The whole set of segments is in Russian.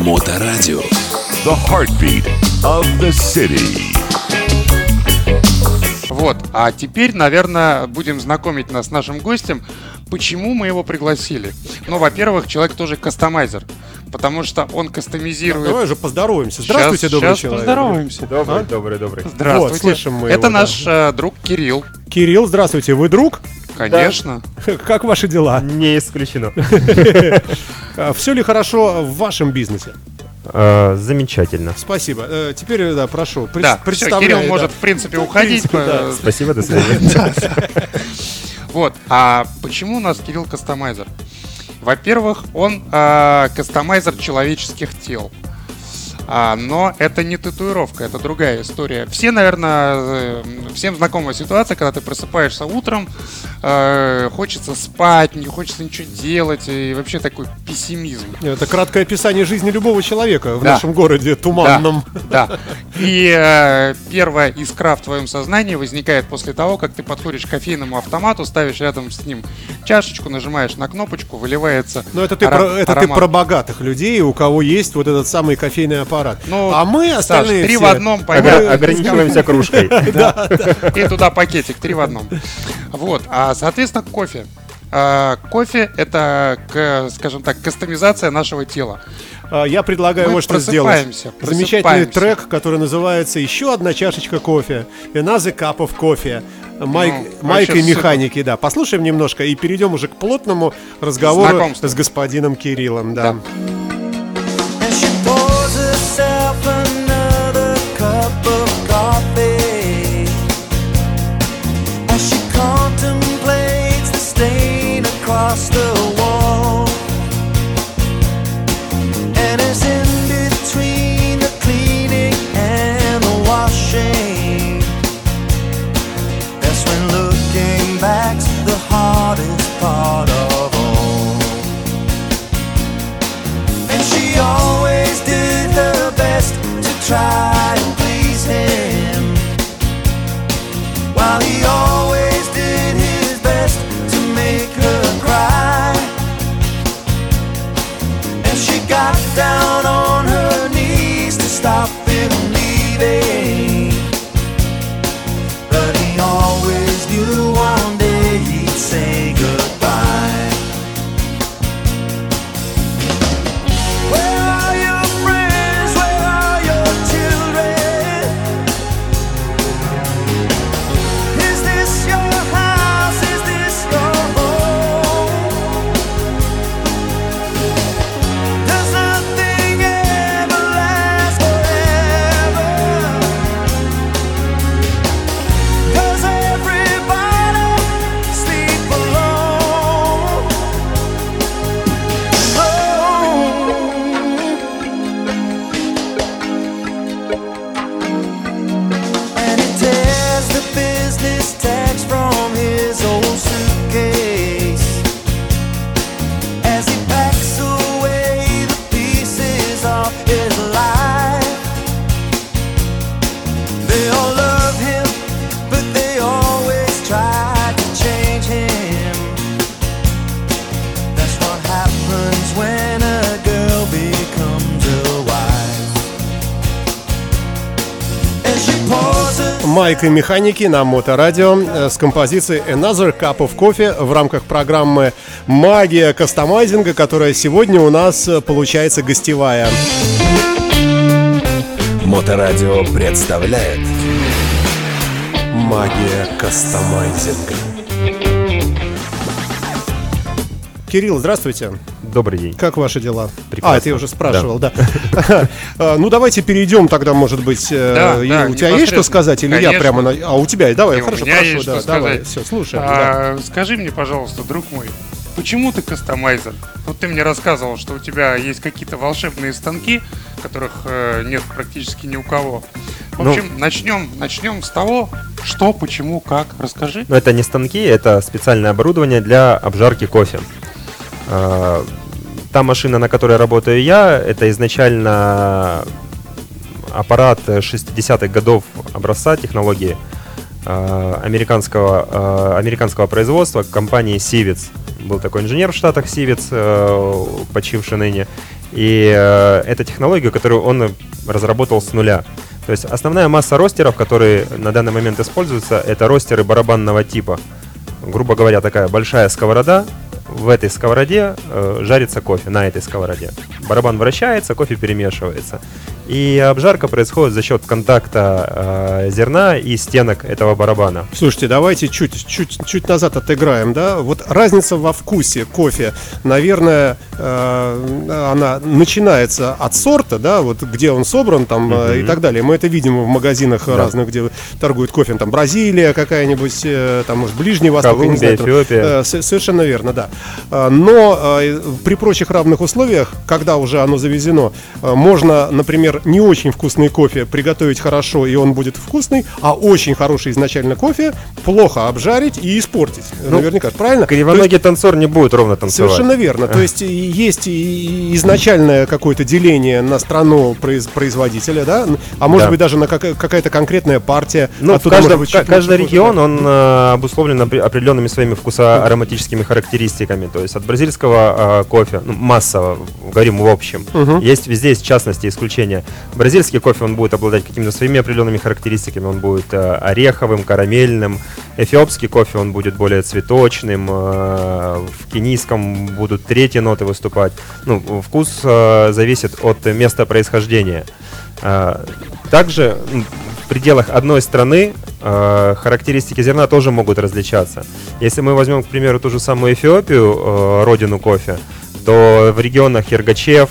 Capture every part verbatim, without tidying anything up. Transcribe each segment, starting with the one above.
Моторадио. The heartbeat of the city. Вот, а теперь, наверное, будем знакомить нас с нашим гостем. Почему мы его пригласили? Ну, во-первых, человек тоже кастомайзер, потому что он кастомизирует... Давай же поздороваемся. Здравствуйте, сейчас, добрый сейчас человек. поздороваемся. Добрый, А? добрый, добрый. Здравствуйте. Вот, слышим мы Это его, наш да. э, друг Кирилл. Кирилл, здравствуйте. Вы друг? Конечно. Как ваши дела? Не исключено. Все ли хорошо в вашем бизнесе? Э, Замечательно. Спасибо. Э, Теперь, да, прошу. пред- Да, все, представляю, Кирилл да. может, в принципе, В уходить. принципе, да. по- Спасибо, до свидания. Вот, а почему у нас Кирилл кастомайзер? Во-первых, он э, кастомайзер человеческих тел. А, но это не татуировка, это другая история. Все, наверное, э, всем знакомая ситуация, когда ты просыпаешься утром, э, хочется спать, не хочется ничего делать, и вообще такой пессимизм. Это краткое описание жизни любого человека в Да. нашем городе туманном. Да, да. И э, первая искра в твоем сознании возникает после того, как ты подходишь к кофейному автомату, ставишь рядом с ним чашечку, нажимаешь на кнопочку, выливается. Но это ты, ара- про, это ты аромат. про богатых людей, у кого есть вот этот самый кофейный аппарат. Ну, а мы Саш, остальные три все- в одном, Огра- понятно. Ограничиваемся кружкой. И туда пакетик, три в одном. Вот, а, соответственно, кофе. А, кофе — это, к- скажем так, кастомизация нашего тела. А, Я предлагаю Мы вот что сделать. просыпаемся, Замечательный просыпаемся. трек, который называется «Еще одна чашечка кофе». Another cup of coffee. Майк, Ну, Майк вообще и супер. механики, да. Послушаем немножко и перейдем уже к плотному разговору Знакомству. с господином Кириллом, да. Да. And she pours herself another cup of coffee as she contemplates the stain across the wall. And as in between the cleaning and the washing, that's when looking back's the hardest part of all. And she always did her best to try and please him, while he always did his best to make her cry. And she got down on her knees to stop him leaving, but he always knew one day he'd say goodbye. Where are your friends? Where are your children? Is this your house? Is this your home? Does nothing ever last forever? Does everybody sleep alone? And he tears the business tags from his old suitcase as he packs away the pieces of his life. They all love him, but they always try to change him. That's what happens when a girl becomes a wife. And she pours her Майк и механики на Моторадио э, с композицией Another Cup of Coffee в рамках программы «Магия кастомайзинга», которая сегодня у нас э, получается гостевая. Моторадио представляет Магия кастомайзинга. Кирилл, здравствуйте. Добрый день. Как ваши дела? Прекрасно. А, это я уже спрашивал, да. А, Ну, давайте перейдем тогда, может быть, э, Да, и да, у тебя есть что непосредственно. сказать? Или я Конечно. прямо... на- А, у тебя, давай, И у хорошо, меня прошу, есть да, что давай, сказать. все, слушаем. да. А, Скажи мне, пожалуйста, друг мой, почему ты кастомайзер? Вот ты мне рассказывал, что у тебя есть какие-то волшебные станки, которых э, нет практически ни у кого. В Ну. общем, начнем, начнем с того, что, почему, как. Расскажи. Но это не станки, это специальное оборудование для обжарки кофе. А, Та машина, на которой работаю я, это изначально аппарат шестидесятых годов образца технологии э, американского, э, американского производства компании Sivets. Был такой инженер в Штатах Sivets, э, почивший ныне. И э, это технология, которую он разработал с нуля. То есть основная масса ростеров, которые на данный момент используются, это ростеры барабанного типа. Грубо говоря, такая большая сковорода. В этой сковороде э, жарится кофе, на этой сковороде. Барабан вращается, кофе перемешивается. И обжарка происходит за счет контакта э, зерна и стенок этого барабана. Слушайте, давайте чуть, чуть, чуть назад отыграем, да? Вот разница во вкусе кофе, наверное, э, она начинается от сорта, да, вот где он собран там mm-hmm. и так далее. Мы это видим в магазинах да. разных, где торгуют кофе, там Бразилия какая-нибудь, э, там, может, Ближний Восток, Колумбия, Эфиопия. Э, совершенно верно, да. Но э, при прочих равных условиях, когда уже оно завезено, э, можно, например, не очень вкусный кофе приготовить хорошо, и он будет вкусный, а очень хороший изначально кофе плохо обжарить и испортить. Ну, наверняка, правильно? Кривоногий есть, танцор не будет ровно танцевать. Совершенно верно. То есть есть и изначальное какое-то деление на страну произ- производителя, да, а может да. быть даже на как- какая-то конкретная партия. Ну, в каждом, быть, к- каждый регион, он э, обусловлен определенными своими вкусоароматическими характеристиками. То есть от бразильского э, кофе, ну, массово, говорим в общем, угу. есть везде есть частности, исключения. Бразильский кофе, он будет обладать какими-то своими определенными характеристиками, он будет э, ореховым, карамельным. Эфиопский кофе, он будет более цветочным, э, в кенийском будут третьи ноты выступать. Ну, вкус э, зависит от места происхождения. Э, также ну, в пределах одной страны э, характеристики зерна тоже могут различаться. Если мы возьмем, к примеру, ту же самую Эфиопию, э, родину кофе, то в регионах Ергачев,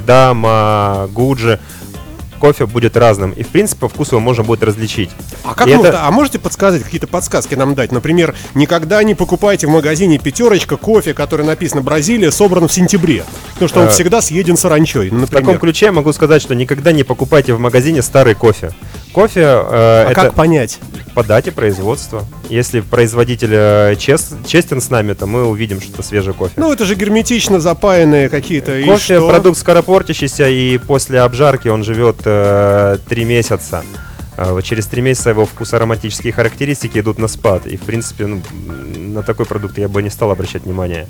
Сидама, Гуджи кофе будет разным, и в принципе по вкусу его можно будет различить. А, как можно, это... а можете подсказать, какие-то подсказки нам дать? Например, никогда не покупайте в магазине «Пятерочка» кофе, который написано «Бразилия», собран в сентябре, потому что он а... всегда съеден саранчой, например. В таком ключе я могу сказать, что никогда не покупайте в магазине старый кофе. Кофе... Э, а это... как понять? По дате производства. Если производитель чест... честен с нами, то мы увидим, что это свежий кофе. Ну, это же герметично запаянные какие-то. Кофе — продукт скоропортящийся, и после обжарки он живет три месяца. Через три месяца его вкусоароматические характеристики идут на спад. И, в принципе, ну, на такой продукт я бы не стал обращать внимание.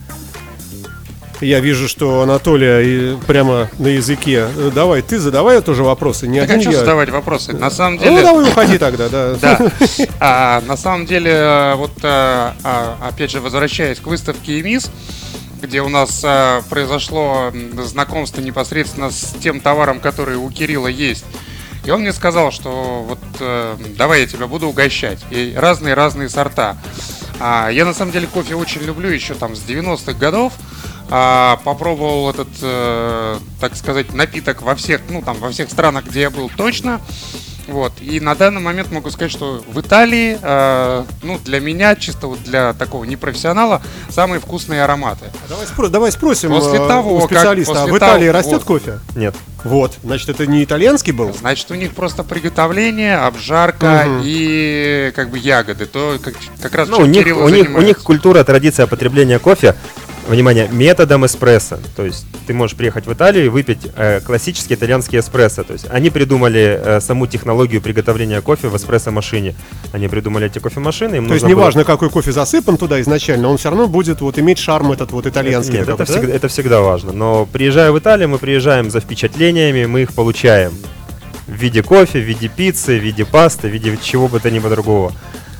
Я вижу, что Анатолия прямо на языке. Давай, ты задавай тоже вопросы. Не так один хочу я... задавать вопросы. На самом деле... Ну, давай уходи тогда, да. Да. А, на самом деле, вот а, опять же, возвращаясь к выставке ИМИС, где у нас а, произошло знакомство непосредственно с тем товаром, который у Кирилла есть. И он мне сказал, что вот а, давай я тебя буду угощать. И разные-разные сорта. А, я на самом деле кофе очень люблю еще там с девяностых годов. А, попробовал этот, э, так сказать, напиток во всех, ну там во всех странах, где я был, точно. Вот. И на данный момент могу сказать, что в Италии, э, ну, для меня, чисто вот для такого непрофессионала, самые вкусные ароматы. А давай, спро- давай спросим после того, у специалиста, как, а в Италии того, растет вот. кофе? Нет. Вот, значит, это не итальянский был? Значит, у них просто приготовление, обжарка угу. и как бы ягоды. То как, как раз ну, у них, у, них, у них культура, традиция потребления кофе, внимание, методом эспрессо. То есть ты можешь приехать в Италию и выпить э, классический итальянский эспрессо. То есть они придумали э, саму технологию приготовления кофе в эспрессо-машине. Они придумали эти кофемашины. Им То есть неважно, было... какой кофе засыпан туда изначально, он все равно будет вот иметь шарм этот вот итальянский. Нет, это, да? всегда, это всегда важно. Но приезжая в Италию, мы приезжаем за впечатлениями, мы их получаем в виде кофе, в виде пиццы, в виде пасты, в виде чего бы то ни было другого.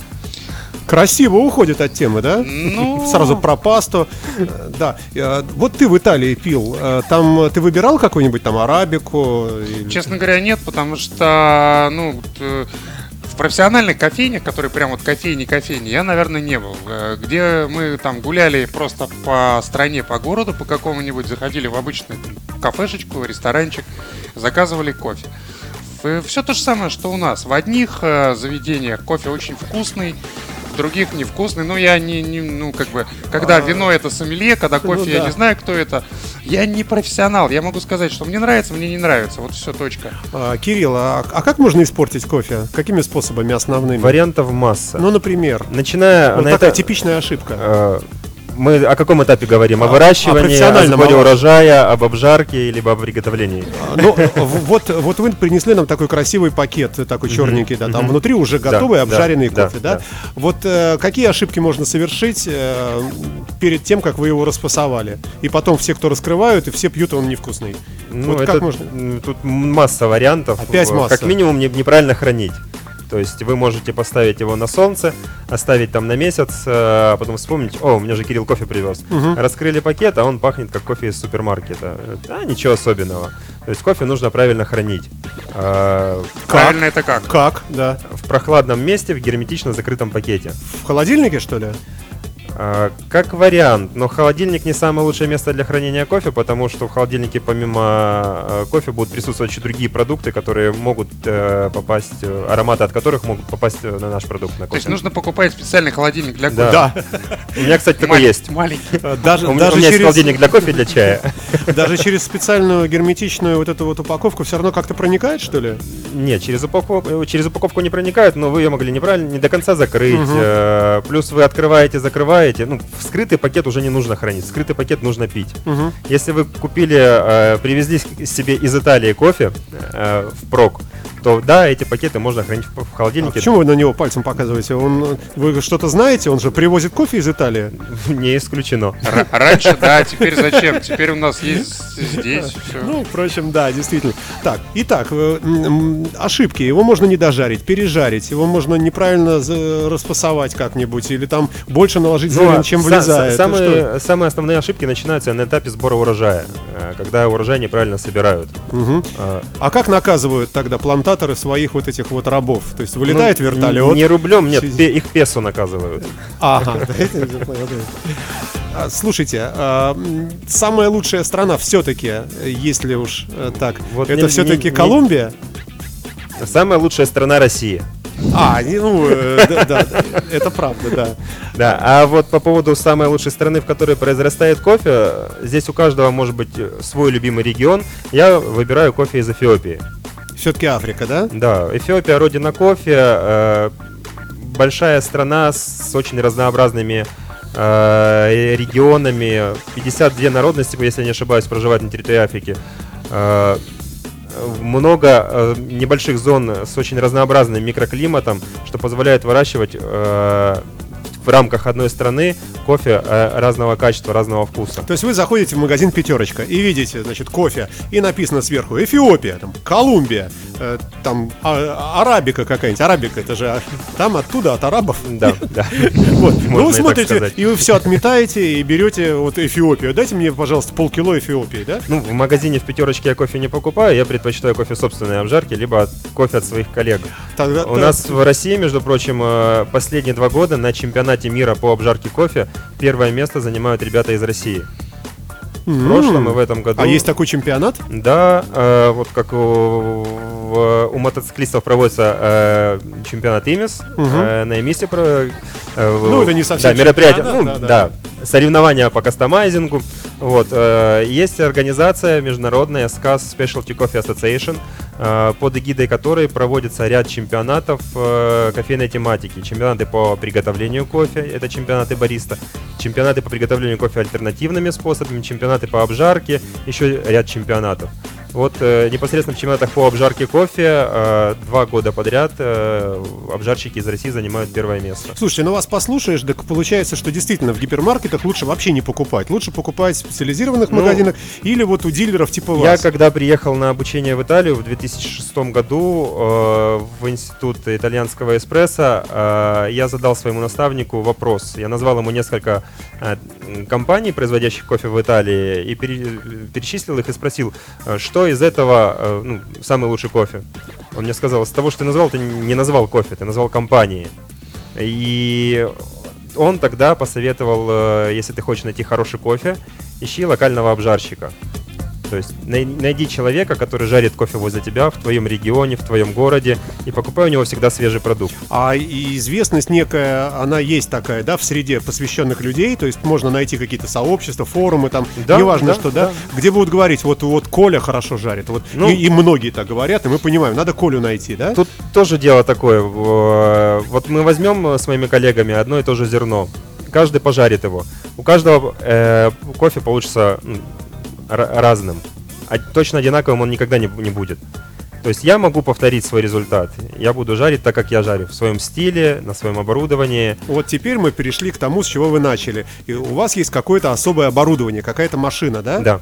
Красиво уходит от темы, да? Ну... Сразу про пасту. Да. Вот ты в Италии пил. Там ты выбирал какую-нибудь там арабику? Честно говоря, нет, потому что, ну, в профессиональных кофейнях, которые прям вот кофейни-кофейни, я, наверное, не был. Где мы там гуляли просто по стране, по городу, по какому-нибудь, заходили в обычную кафешечку, ресторанчик, заказывали кофе. Все то же самое, что у нас. В одних заведениях кофе очень вкусный, других невкусный, но я не, не ну, как бы, когда а, вино это сомелье, когда кофе, ну, да. я не знаю, кто это, я не профессионал, я могу сказать, что мне нравится, мне не нравится, вот все, точка. А, Кирилл, а, а как можно испортить кофе? Какими способами основными? Вариантов масса. Ну, например? Начиная... Вот на такая это, типичная ошибка. Э, мы о каком этапе говорим? О выращивании, о, о сборе урожая, об обжарке, либо об приготовлении? Ну, вот, вот вы принесли нам такой красивый пакет, такой черненький, да, там внутри уже готовый обжаренный кофе, да? Вот какие ошибки можно совершить перед тем, как вы его распасовали? И потом все, кто раскрывают, и все пьют, он невкусный. Ну, Вот это, как можно? м, тут масса вариантов. Опять Э, масса. Как минимум не- неправильно хранить. То есть вы можете поставить его на солнце, оставить там на месяц, а потом вспомнить, о, у меня же Кирилл кофе привез. Мгм. Раскрыли пакет, а он пахнет как кофе из супермаркета. А, ничего особенного. То есть кофе нужно правильно хранить. А, Правильно это как? Как, да. в прохладном месте, в герметично закрытом пакете. В холодильнике, что ли? А, Как вариант, но холодильник не самое лучшее место для хранения кофе, потому что в холодильнике помимо э, кофе будут присутствовать еще другие продукты, которые могут э, попасть, э, ароматы от которых могут попасть э, на наш продукт, на То есть кофе. нужно покупать специальный холодильник для кофе. Да. Да. У меня, кстати, такой Маленький, есть. Маленький. Э, Даже, У меня, у даже, меня есть через, холодильник для кофе и для чая. даже через специальную герметичную вот эту вот упаковку все равно как-то проникает, что ли? Нет, через упаковку, через упаковку не проникают, но вы ее могли неправильно, не до конца закрыть. Мгм. э, Плюс вы открываете, закрываете. Ну, вскрытый пакет уже не нужно хранить, вскрытый пакет нужно пить. Мгм. Если вы купили, э, привезли с- себе из Италии кофе э, в прок, то да, эти пакеты можно хранить в, в А холодильнике. почему вы на него пальцем показываете? Он, вы что-то знаете? Он же привозит кофе из Италии. Не исключено. Р- Раньше, да, теперь зачем? Теперь у нас есть здесь все. Ну, впрочем, да, действительно. Так, итак, э, м, м, ошибки. Его можно не дожарить, пережарить. Его можно неправильно за- расфасовать как-нибудь. Или там больше наложить Ну, зелень, а чем са- влезает. са- Ну, что? самые, самые основные ошибки начинаются на этапе сбора урожая, э, когда урожай неправильно собирают. Мгм. Э, А как наказывают тогда плантаторы своих вот этих вот рабов? То есть вылетает ну, вертолет. Не рублем, нет, Сидит. пе- их песо наказывают. Ага, да, это я понял, да. А, Слушайте, а, м, самая лучшая страна все-таки, если уж э, так, Вот это не- все-таки не- не- Колумбия? Самая лучшая страна России. А, не, ну, э, да, да, да, это правда, да. Да, а вот по поводу самой лучшей страны, в которой произрастает кофе, здесь у каждого может быть э, свой любимый регион. Я выбираю кофе из Эфиопии. Все-таки Африка, да? Да, Эфиопия родина кофе, э, большая страна с очень разнообразными э, регионами, пятьдесят две народности, если я не ошибаюсь, проживают на территории Африки. Э, много э, небольших зон с очень разнообразным микроклиматом, что позволяет выращивать э, в рамках одной страны кофе э, разного качества, разного вкуса. То есть вы заходите в магазин «Пятерочка» и видите, значит, кофе, и написано сверху Эфиопия, там, Колумбия, э, там, а- арабика какая-нибудь, арабика, это же а, там оттуда, от арабов. Да, да. Вот. Можно Ну, и вы так смотрите, сказать. и вы все отметаете, и берете вот Эфиопию. Дайте мне, пожалуйста, полкило Эфиопии, да? Ну, в магазине в пятерочке я кофе не покупаю, я предпочитаю кофе собственной обжарки, либо от- кофе от своих коллег. Тогда, У нас в России, между прочим, э, последние два года на чемпионате мира по обжарке кофе первое место занимают ребята из России. В прошлом и в этом году. А есть такой чемпионат? Да, э, вот как у, в- у мотоциклистов проводится э, чемпионат ИМИС, э, на ИМИСе про, э, Ну, это не совсем да, мероприятие, чемпионат, ну, да, да, да. соревнования по кастомайзингу. Вот, э, есть организация международная эс кей эй эс Specialty Coffee Association, э, под эгидой которой проводится ряд чемпионатов э, кофейной тематики. Чемпионаты по приготовлению кофе, это чемпионаты бариста, чемпионаты по приготовлению кофе альтернативными способами, чемпионаты по обжарке, еще ряд чемпионатов. Вот э, непосредственно в чемпионатах по обжарке кофе э, два года подряд э, обжарщики из России занимают первое место. Слушайте, ну вас послушаешь, так получается, что действительно в гипермаркетах лучше вообще не покупать. Лучше покупать в специализированных Ну, магазинах или вот у дилеров типа Я вас. когда приехал на обучение в Италию в две тысячи шестом году э, в институт итальянского эспрессо, э, я задал своему наставнику вопрос. Я назвал ему несколько э, компаний, производящих кофе в Италии, и пере- перечислил их и спросил, э, что из этого э, ну, самый лучший кофе. Он мне сказал, из того, что ты назвал, ты не назвал кофе, ты назвал компании. И он тогда посоветовал, э, если ты хочешь найти хороший кофе, ищи локального обжарщика. То есть най- найди человека, который жарит кофе возле тебя, в твоем регионе, в твоем городе, и покупай у него всегда свежий продукт. А и известность некая, она есть такая, да, в среде посвященных людей, то есть можно найти какие-то сообщества, форумы там, Да, неважно да, что, да, да. где будут говорить, вот, вот Коля хорошо жарит, вот, Ну, и, и многие так говорят, и мы понимаем, надо Колю найти, да? Тут тоже дело такое. в- Вот мы возьмем с моими коллегами одно и то же зерно. Каждый пожарит его. У каждого э, кофе получится м, р- разным. А точно одинаковым он никогда не, не будет. То есть я могу повторить свой результат. Я буду жарить так, как я жарю. В своем стиле, на своем оборудовании. Вот теперь мы перешли к тому, с чего вы начали. И у вас есть какое-то особое оборудование, какая-то машина, да? Да.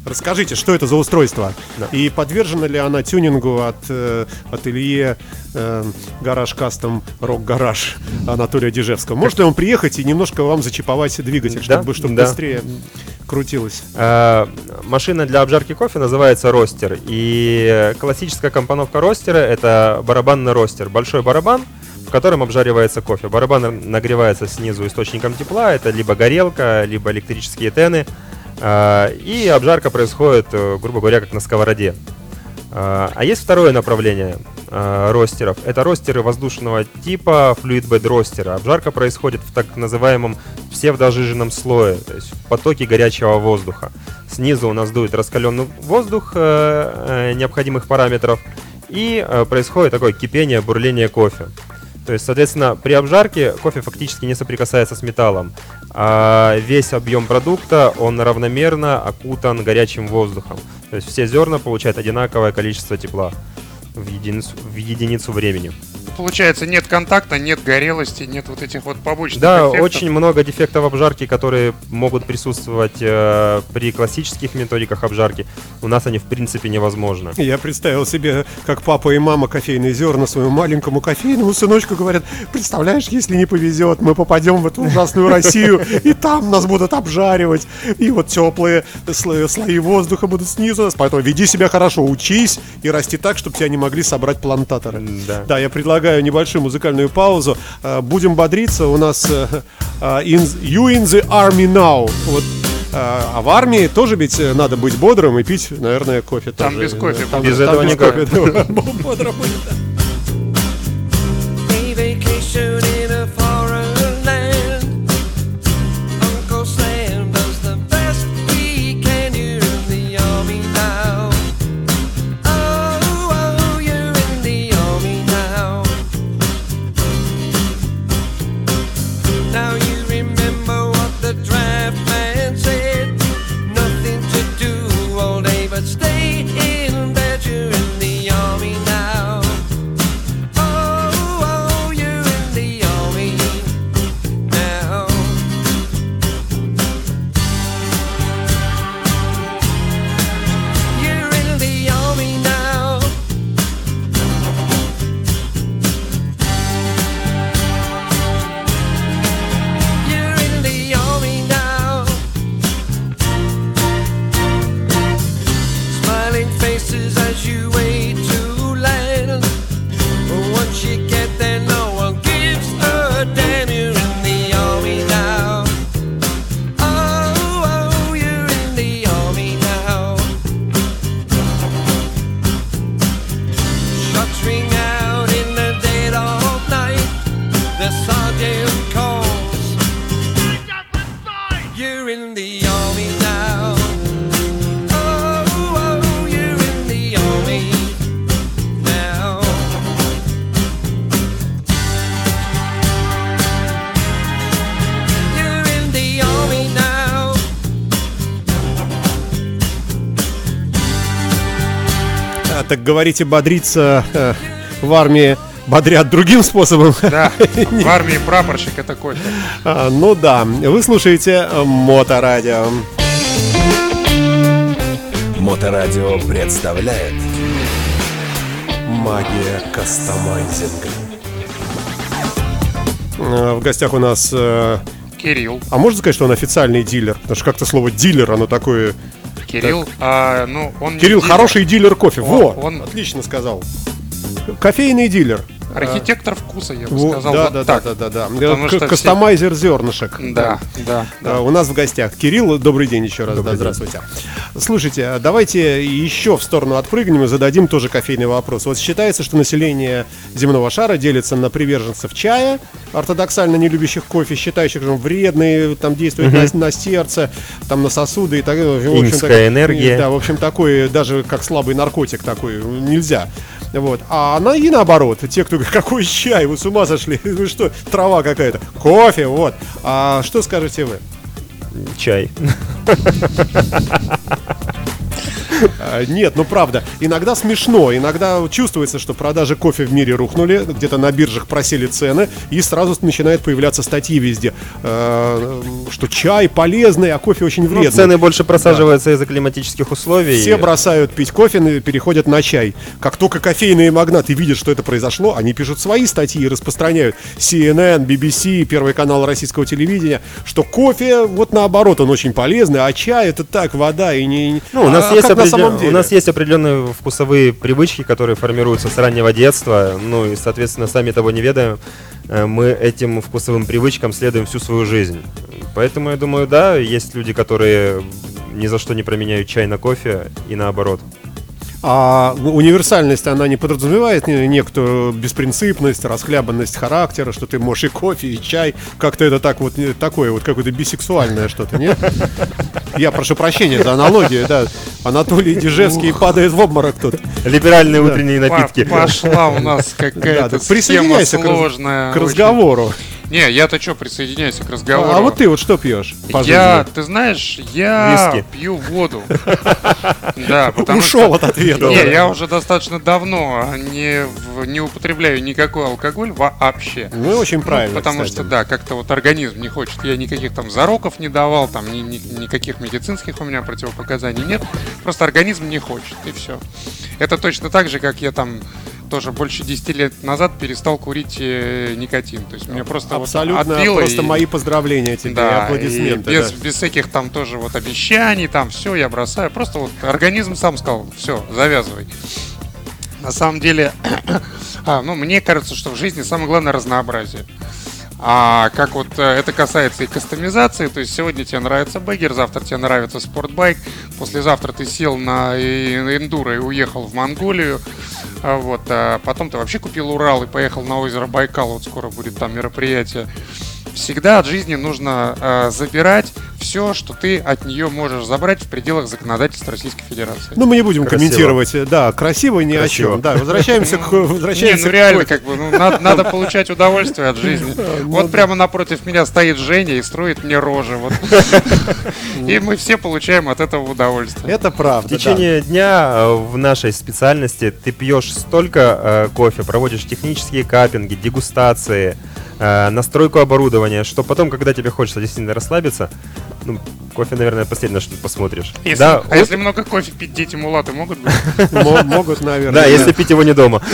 Расскажите, что это за устройство? Да. И подвержена ли она тюнингу от э, ателье э, Гараж Кастом Рок Гараж Анатолия Дежевского? Может ли он приехать и немножко вам зачиповать двигатель, Да, чтобы, чтобы да. быстрее крутилось? Э, Машина для обжарки кофе называется ростер. И классическая компоновка ростера — это барабанный ростер. Большой барабан, в котором обжаривается кофе. Барабан нагревается снизу источником тепла. Это либо горелка, либо электрические тены. И обжарка происходит, грубо говоря, как на сковороде. А есть второе направление ростеров. Это ростеры воздушного типа, fluid bed ростера. Обжарка происходит в так называемом псевдожиженном слое, то есть в потоке горячего воздуха. Снизу у нас дует раскаленный воздух необходимых параметров, и происходит такое кипение, бурление кофе. То есть, соответственно, при обжарке кофе фактически не соприкасается с металлом, а весь объем продукта, он равномерно окутан горячим воздухом. То есть все зерна получают одинаковое количество тепла в единицу, в единицу времени. Получается, нет контакта, нет горелости, нет вот этих вот побочных Да, эффектов. очень много дефектов обжарки, которые могут присутствовать э, при классических методиках обжарки. У нас они в принципе невозможны. Я представил себе, как папа и мама кофейные зерна своему маленькому кофейному сыночку говорят: представляешь, если не повезет, мы попадем в эту ужасную Россию, и там нас будут обжаривать, и вот теплые слои, слои воздуха будут снизу нас, поэтому веди себя хорошо, учись и расти так, чтобы тебя не могли собрать плантаторы. Да. Да, я предлагаю небольшую музыкальную паузу. Будем бодриться. У нас uh, in, You in the Army Now. Вот. А в армии тоже ведь надо быть бодрым и пить, наверное, кофе. Там тоже. без кофе. Там, Без там этого без никак. кофе, да. Бодро будет. A vacation in a foreign land. Uncle Sam does the best he can. You're in the army now. Oh, oh, you're in the army now. Now you remember what the draft man said. Nothing to do all day but stay in bed. You're in the army now. As you wait to land, once you get there, no one gives a damn. You're in the army now. Oh, oh, you're in the army now. Shots ring out in the dead of night. The sergeant calls. You're in the army now. Так говорите, бодриться э, в армии бодрят другим способом. Да, в армии прапорщик — это кофе. А, ну да, вы слушаете Моторадио. Моторадио представляет Магия кастомайзинга. А, в гостях у нас э, Кирилл. А можно сказать, что он официальный дилер? Потому что как-то слово дилер, оно такое. Кирилл, а, ну, он не Кирилл дилер. хороший дилер кофе. Он- Во! он- Отлично сказал. Кофейный дилер. Архитектор вкуса, я бы Во, сказал. да, вот да, так. да, да, да, Потому да. что К- все- Кастомайзер зернышек. Да, да, да. А, У нас в гостях Кирилл. Добрый день еще раз. Добрый Да, день. здравствуйте. Слушайте, а давайте еще в сторону отпрыгнем и зададим тоже кофейный вопрос. Вот считается, что население земного шара делится на приверженцев чая, ортодоксально не любящих кофе, считающих, что он вредный, там действует на, на сердце, там на сосуды и так далее. В общем, Инская так- энергия. Да, в общем, такой, даже как слабый наркотик такой, нельзя. Вот. А она и наоборот. Те, кто говорит, какой чай, вы с ума сошли, вы что, трава какая-то, кофе, вот. А что скажете вы? Чай. А, Нет, ну правда, иногда смешно, иногда чувствуется, что продажи кофе в мире рухнули, где-то на биржах просели цены, и сразу начинают появляться статьи везде, э, что чай полезный, а кофе очень Ну, вредный. цены больше просаживаются из-за климатических условий. Все бросают пить кофе и переходят на чай. Как только кофейные магнаты видят, что это произошло, они пишут свои статьи и распространяют. си эн эн, би би си, Первый канал российского телевидения, что кофе, вот наоборот, он очень полезный, а чай это так, вода и не... Ну, у нас, а есть как на определен- самом деле? у нас есть определенные вкусовые привычки, которые формируются с раннего детства. Ну и, соответственно, сами того не ведаем, э, мы этим вкусовым привычкам следуем всю свою жизнь. Поэтому я думаю, да, есть люди, которые ни за что не променяют чай на кофе и наоборот. А универсальность, она не подразумевает не- некую беспринципность, расхлябанность характера, что ты можешь и кофе, и чай. Как-то это так вот, не- такое вот какое-то бисексуальное что-то, нет? Я прошу прощения за аналогию, да. Анатолий Дежевский падает в обморок тут. Либеральные утренние По- напитки. Пошла у нас Да, какая-то так схема присоединяйся к раз- сложная. к очень. разговору. Не, я-то что, присоединяйся к разговору. А вот ты вот что пьешь? по Я, жизни? ты знаешь, я Виски. пью воду. Да, потому Ушел что... от ответа. Не, я уже достаточно давно не, в- не употребляю никакой алкоголь вообще. Ну, очень Ну, правильно, потому кстати. что, да, как-то вот организм не хочет. Я никаких там зароков не давал, там ни- ни- никаких медицинских у меня противопоказаний нет. Просто организм не хочет, и все. Это точно так же, как я там тоже больше десяти лет назад перестал курить э, никотин. То есть мне просто вот Абсолютно, отбило просто и- мои поздравления тебе и Да, аплодисменты. и без, да. без всяких там тоже вот обещаний, там все я бросаю. Просто вот организм сам сказал, все, завязывай. На самом деле, а, ну, мне кажется, что в жизни самое главное разнообразие. А как вот э, это касается и кастомизации, то есть сегодня тебе нравится бэггер, завтра тебе нравится спортбайк, послезавтра ты сел на э, эндуро и уехал в Монголию, а вот, а потом ты вообще купил Урал и поехал на озеро Байкал, вот скоро будет там мероприятие. Всегда от жизни нужно э, забирать все, что ты от нее можешь забрать в пределах законодательства Российской Федерации. Ну, мы не будем Красиво. комментировать. э, Да, красиво ни Красиво. о чем. Да, возвращаемся к... Не, Возвращаемся ну к реально, кофе. как бы, ну, надо, надо получать удовольствие от жизни. Вот прямо напротив меня стоит Женя и строит мне рожи. Вот. И мы все получаем от этого удовольствие. Это правда, В течение дня э, в нашей специальности ты пьешь столько э, кофе, проводишь технические каппинги, дегустации, э, настройку оборудования, что потом, когда тебе хочется действительно расслабиться, ну, кофе, наверное, последнее, что ты посмотришь. Если- да, а вот- если много кофе пить, дети мулаты могут быть? да. Мо- Могут, наверное. да, если пить его не дома.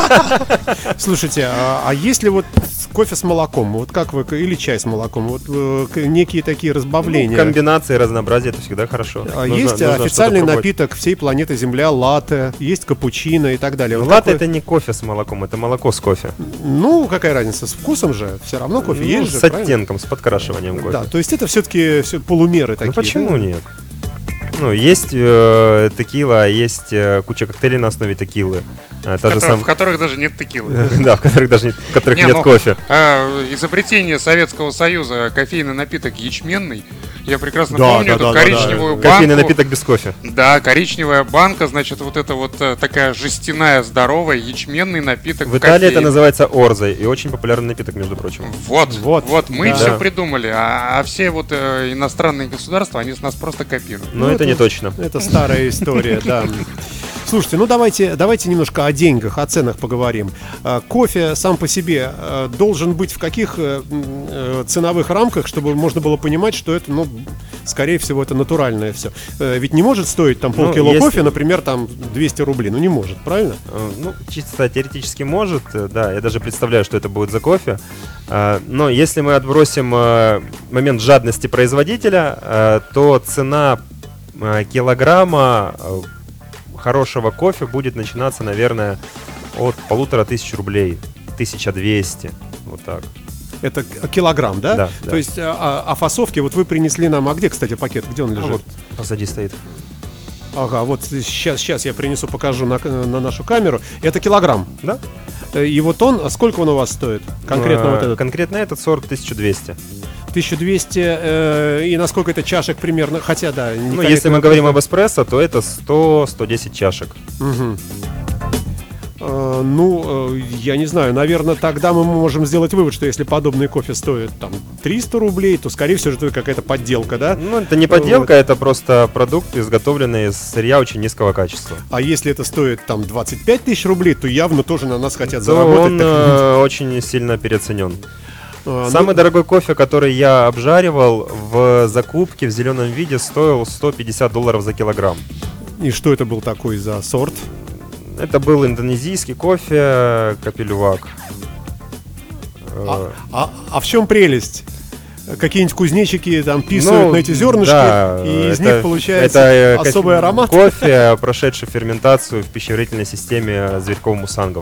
Слушайте, а, а есть ли вот кофе с молоком? Вот как вы, или чай с молоком? Вот э, к- некие такие разбавления. Ну, комбинации, разнообразие — это всегда хорошо. А Нужно- есть нужно официальный что-то пробовать. напиток всей планеты Земля, латте, есть капучино и так далее. Вот Латте — как это вы- не кофе с молоком, это молоко с кофе. Ну, какая разница, с вкусом же, все равно кофе Ну, есть же, с правильно? оттенком, с подкрашиванием кофе. Да, то есть это все-таки все полумеры такие. Ну почему да? нет? Ну, есть э, текила, есть э, куча коктейлей на основе текилы. Э, та же Котор- сам... В которых даже нет текилы. Да, в которых даже нет, в которых Не, нет ну, кофе. а, изобретение Советского Союза, кофейный напиток ячменный. Я прекрасно Да, помню да, эту да, да, коричневую банку. Кофейный напиток без кофе. Да, коричневая банка, значит, вот это вот э, такая жестяная, здоровая, ячменный напиток. В Италии это кофейный. называется орзой, и очень популярный напиток, между прочим. Вот, Вот, вот, мы да. все Да. придумали, а, а все вот э, иностранные государства, они с нас просто копируют. Но Ну, это это- не точно. Это старая история, да. Слушайте, ну давайте, давайте немножко о деньгах, о ценах поговорим. А, Кофе сам по себе э, должен быть в каких э, м, э, ценовых рамках, чтобы можно было понимать, что это, ну, скорее всего, это натуральное все. Ведь не может стоить там Ну, полкило если- кофе, например, там двести рублей. Ну не может, правильно? Э, Ну, чисто теоретически может, э, да, я даже представляю, что это будет за кофе. Э, Но если мы отбросим э, момент жадности производителя, э, то цена э, килограмма э, хорошего кофе будет начинаться, наверное, от полутора тысяч рублей, тысяча двести, вот так. Это к- килограмм, да? Да, То да. есть а, а- а фасовки, вот вы принесли нам, а где, кстати, пакет? Где он А лежит? вот позади стоит. Ага, вот сейчас, сейчас я принесу, покажу на, на нашу камеру. Это килограмм. Да? Э, И вот он, а сколько он у вас стоит? Конкретно Э, вот этот? Конкретно этот сорок тысяча двести. тысяча двести, э, и насколько это чашек примерно? Хотя, да. Ну, некорректно если мы говорим об сказать. эспрессо, то это сто - сто десять чашек. Мгм. Э, ну, э, я не знаю, наверное, тогда мы можем сделать вывод, что если подобный кофе стоит там триста рублей, то, скорее всего, это какая-то подделка, да? Ну, это не подделка, вот. Это просто продукт, изготовленный из сырья очень низкого качества. А если это стоит там двадцать пять тысяч рублей, то явно тоже на нас хотят то заработать. Он э, очень сильно переоценен. А, Самый ну... дорогой кофе, который я обжаривал в закупке в зеленом виде, стоил сто пятьдесят долларов за килограмм. И что это был такой за сорт? Это был индонезийский кофе Капелювак. А, а, а в чем прелесть? Какие-нибудь кузнечики там писают ну, на эти зернышки, да, и из это, них получается это особый кофе, аромат. Кофе, прошедший ферментацию в пищеварительной системе зверьков-мусангов.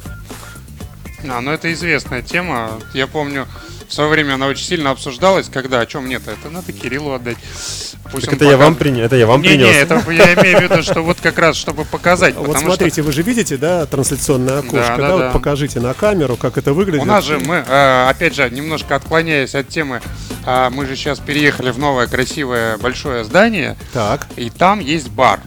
А, ну это известная тема. Я помню, в свое время она очень сильно обсуждалась, когда, о чем нет, это надо Кириллу отдать. Пусть Так он это, я покажет. вам принес, это я вам не, принес. Не, это я имею в виду, что вот как раз, чтобы показать. Вот смотрите, что... вы же видите, да, трансляционное окошко, да, да, да, да. Вот покажите на камеру, как это выглядит. У нас же мы, опять же, немножко отклоняясь от темы, мы же сейчас переехали в новое красивое большое здание, так. И там есть бар.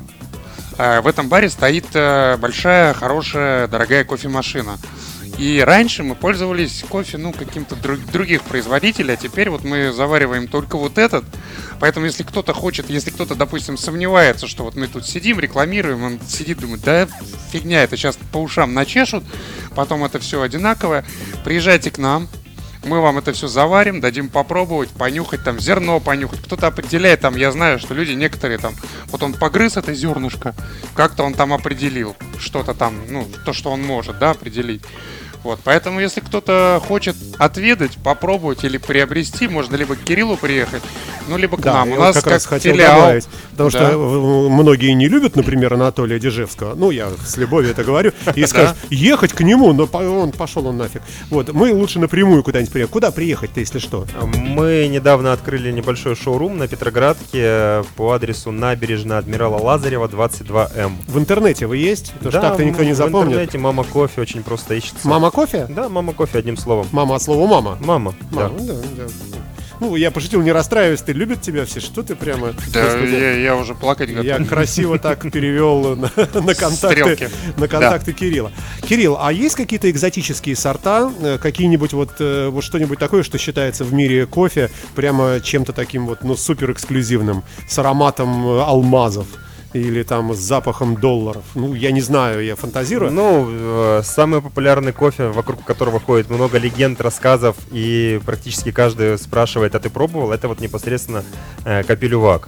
В этом баре стоит большая, хорошая, дорогая кофемашина. И раньше мы пользовались кофе, ну, каким-то друг, других производителей, а теперь вот мы завариваем только вот этот. Поэтому если кто-то хочет, если кто-то, допустим, сомневается, что вот мы тут сидим, рекламируем, он сидит, думает, да фигня, это сейчас по ушам начешут, потом это все одинаковое. Приезжайте к нам, мы вам это все заварим, дадим попробовать, понюхать, там, зерно понюхать. Кто-то определяет, там, я знаю, что люди некоторые там, вот он погрыз это зернышко, как-то он там определил что-то там, ну, то, что он может, да, определить. Вот, поэтому, если кто-то хочет отведать, попробовать или приобрести, можно либо к Кириллу приехать, ну, либо к да, нам. Я У нас как, как раз хотел филиал. добавить, потому да. что многие не любят, например, Анатолия Дежевского. Ну, я с любовью это говорю. И скажут, ехать к нему, но он пошел он нафиг. Вот, мы лучше напрямую куда-нибудь приехать. Куда приехать-то, если что? Мы недавно открыли небольшой шоурум на Петроградке по адресу набережная Адмирала Лазарева, двадцать два эм. В интернете вы есть? Потому что да, так-то никто не запомнит. В интернете «Мама кофе» очень просто ищется. Мама кофе? Да, «Мама кофе» одним словом. Мама от слова мама. Мама, Мама, да. Да, да. Ну, я пошутил, не расстраивайся, ты любят тебя все, что ты прямо... Да, я, я уже плакать готов. Я красиво так перевел на, на контакты, на контакты да. Кирилла. Кирилл, а есть какие-то экзотические сорта, какие-нибудь вот, вот что-нибудь такое, что считается в мире кофе прямо чем-то таким вот, ну, супер эксклюзивным, с ароматом алмазов? Или там с запахом долларов. Ну, я не знаю, я фантазирую. Ну, э, самый популярный кофе, вокруг которого ходит много легенд, рассказов, и практически каждый спрашивает, а ты пробовал? Это вот непосредственно э, Капелювак.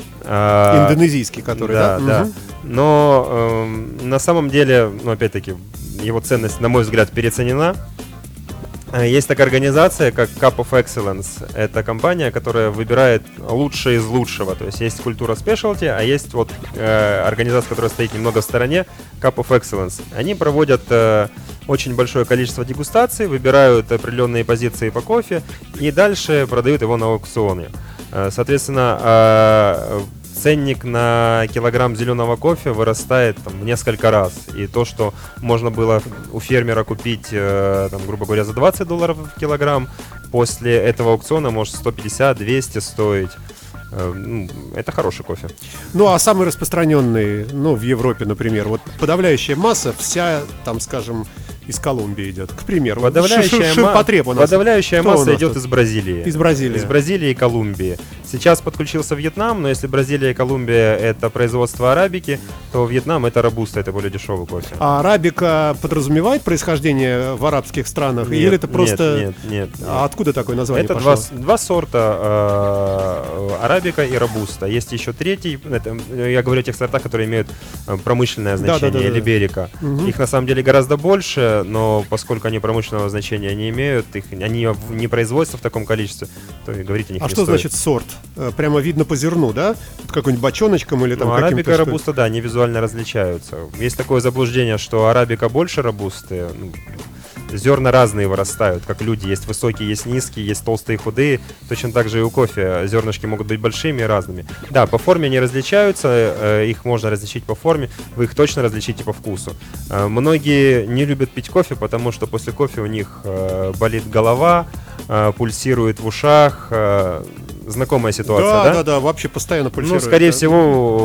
Э, Индонезийский, который, да? Да, да. Угу. Но э, на самом деле, ну, опять-таки, его ценность, на мой взгляд, переоценена. Есть такая организация, как Cup of Excellence. Это компания, которая выбирает лучшее из лучшего. То есть есть культура спешлти, а есть вот э, организация, которая стоит немного в стороне, Cup of Excellence. Они проводят э, очень большое количество дегустаций, выбирают определенные позиции по кофе и дальше продают его на аукционе. Э, соответственно, э, ценник на килограмм зеленого кофе вырастает там, в несколько раз. И то, что можно было у фермера купить, э, там, грубо говоря, за двадцать долларов в килограмм, после этого аукциона может сто пятьдесят - двести стоить. Э, ну, это хороший кофе. Ну, а самый распространенный, ну, в Европе, например, вот подавляющая масса вся, там, скажем, из Колумбии идет, к примеру. Подавляющая, ширпотреб у нас. Подавляющая Кто масса идет тут? из Бразилии. Из Бразилии. Из Бразилии и Колумбии. Сейчас подключился Вьетнам, но если Бразилия и Колумбия это производство арабики, то Вьетнам это робуста, это более дешевый кофе. А арабика подразумевает происхождение в арабских странах? Нет, Или это просто... Нет, нет, нет. А откуда такое название это пошло? два, два сорта э, арабика и робуста. Есть еще третий, это, я говорю о тех сортах, которые имеют промышленное значение, да, да, да, либерика. Угу. Их на самом деле гораздо больше, но поскольку они промышленного значения не имеют, их, они не производятся в таком количестве, то и говорить о них а не что стоит. значит сорт? Прямо видно по зерну, да? Какой-нибудь бочоночком или там ну, каким-то... арабика и что... робуста, да, они визуально различаются. Есть такое заблуждение, что арабика больше робусты. Ну, зерна разные вырастают, как люди. Есть высокие, есть низкие, есть толстые и худые. Точно так же и у кофе. Зернышки могут быть большими и разными. Да, по форме они различаются, их можно различить по форме, вы их точно различите по вкусу. Многие не любят пить кофе, потому что после кофе у них болит голова, пульсирует в ушах. Знакомая ситуация, да? Да, да, да, вообще постоянно пульсирует. Ну, скорее да? всего,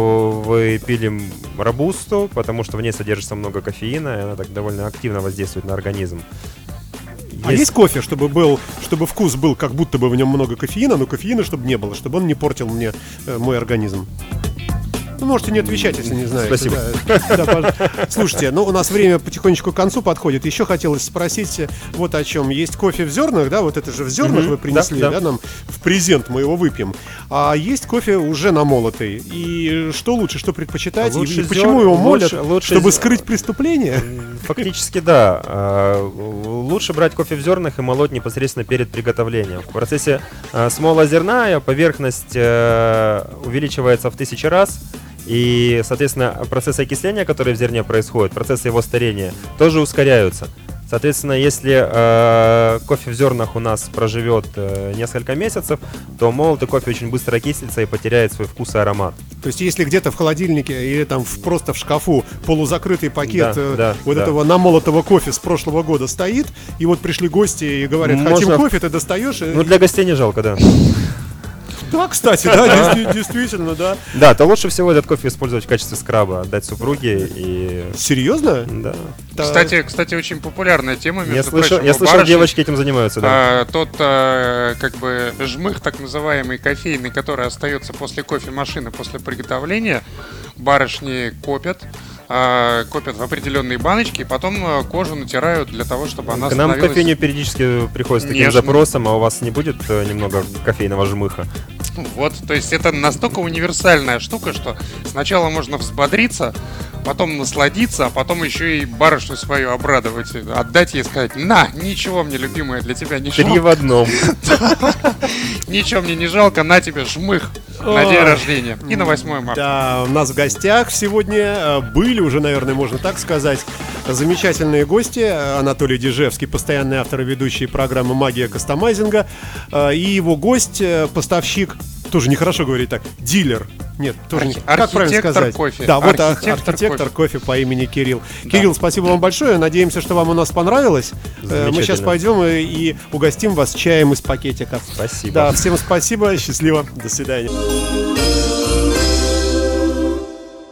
вы пилим робусту, потому что в ней содержится много кофеина, и она так довольно активно воздействует на организм. А есть кофе, чтобы был, чтобы вкус был, как будто бы в нем много кофеина, но кофеина, чтобы не было, чтобы он не портил мне э, мой организм? Ну, можете не отвечать, если не знаете. Спасибо. Да, да, пожалуйста. Слушайте, ну у нас время потихонечку к концу подходит. Еще хотелось спросить вот о чем. Есть кофе в зернах, да, вот это же в зернах Мгм. вы принесли, да, Да, да. нам в презент, мы его выпьем. А есть кофе уже намолотый. И что лучше, что предпочитать? И- Лучше и почему зер- его молят? лучше- лучше Чтобы зе- скрыть преступление? Фактически, да. А, Лучше брать кофе в зернах и молоть непосредственно перед приготовлением. В процессе а, смола зерна поверхность э, увеличивается в тысячи раз. И, соответственно, процессы окисления, которые в зерне происходят, процессы его старения, тоже ускоряются. Соответственно, если э, кофе в зернах у нас проживет э, несколько месяцев, то молотый кофе очень быстро окислится и потеряет свой вкус и аромат. То есть, если где-то в холодильнике или там в- просто в шкафу полузакрытый пакет Да, э, да, вот да. этого намолотого кофе с прошлого года стоит, и вот пришли гости и говорят, хотим Можно- кофе, ты достаешь. и- Ну, для гостей не жалко, да. Да, кстати, да, действи- действительно, да. Да, то лучше всего этот кофе использовать в качестве скраба, отдать супруге и... Серьезно? Да. Да. Кстати, кстати, очень популярная тема, между Я слышал, прочим, я у слышал, барышень. девочки этим занимаются, да. А, тот, а, как бы, жмых, так называемый, кофейный, который остается после кофемашины, после приготовления, барышни копят, а, копят в определенные баночки, и потом а, кожу натирают для того, чтобы она К нам в становилась... кофейню периодически приходят с таким нежной. запросом, а у вас не будет э, немного кофейного жмыха? Вот, то есть это настолько универсальная штука, что сначала можно взбодриться, потом насладиться, а потом еще и барышню свою обрадовать, отдать ей и сказать: на, ничего мне, любимая, для тебя не Три жалко, в одном. ничего мне не жалко, на тебе жмых на день Ой. рождения и на восьмое марта. Да, у нас в гостях сегодня э, были уже, наверное, можно так сказать, замечательные гости. Анатолий Дежевский, постоянный автор и ведущий программы «Магия кастомайзинга», э, и его гость, э, поставщик, тоже нехорошо говорить так, дилер. Нет, тоже не... Архи- Как правильно архитектор сказать? кофе. Да, вот ар- Архитектор архитектор кофе. по имени Кирилл. Да. Кирилл, спасибо вам большое. Надеемся, что вам у нас понравилось. Э, Мы сейчас Замечательно. пойдем и, и угостим вас чаем из пакетика. Спасибо. Да, всем спасибо, счастливо, до свидания.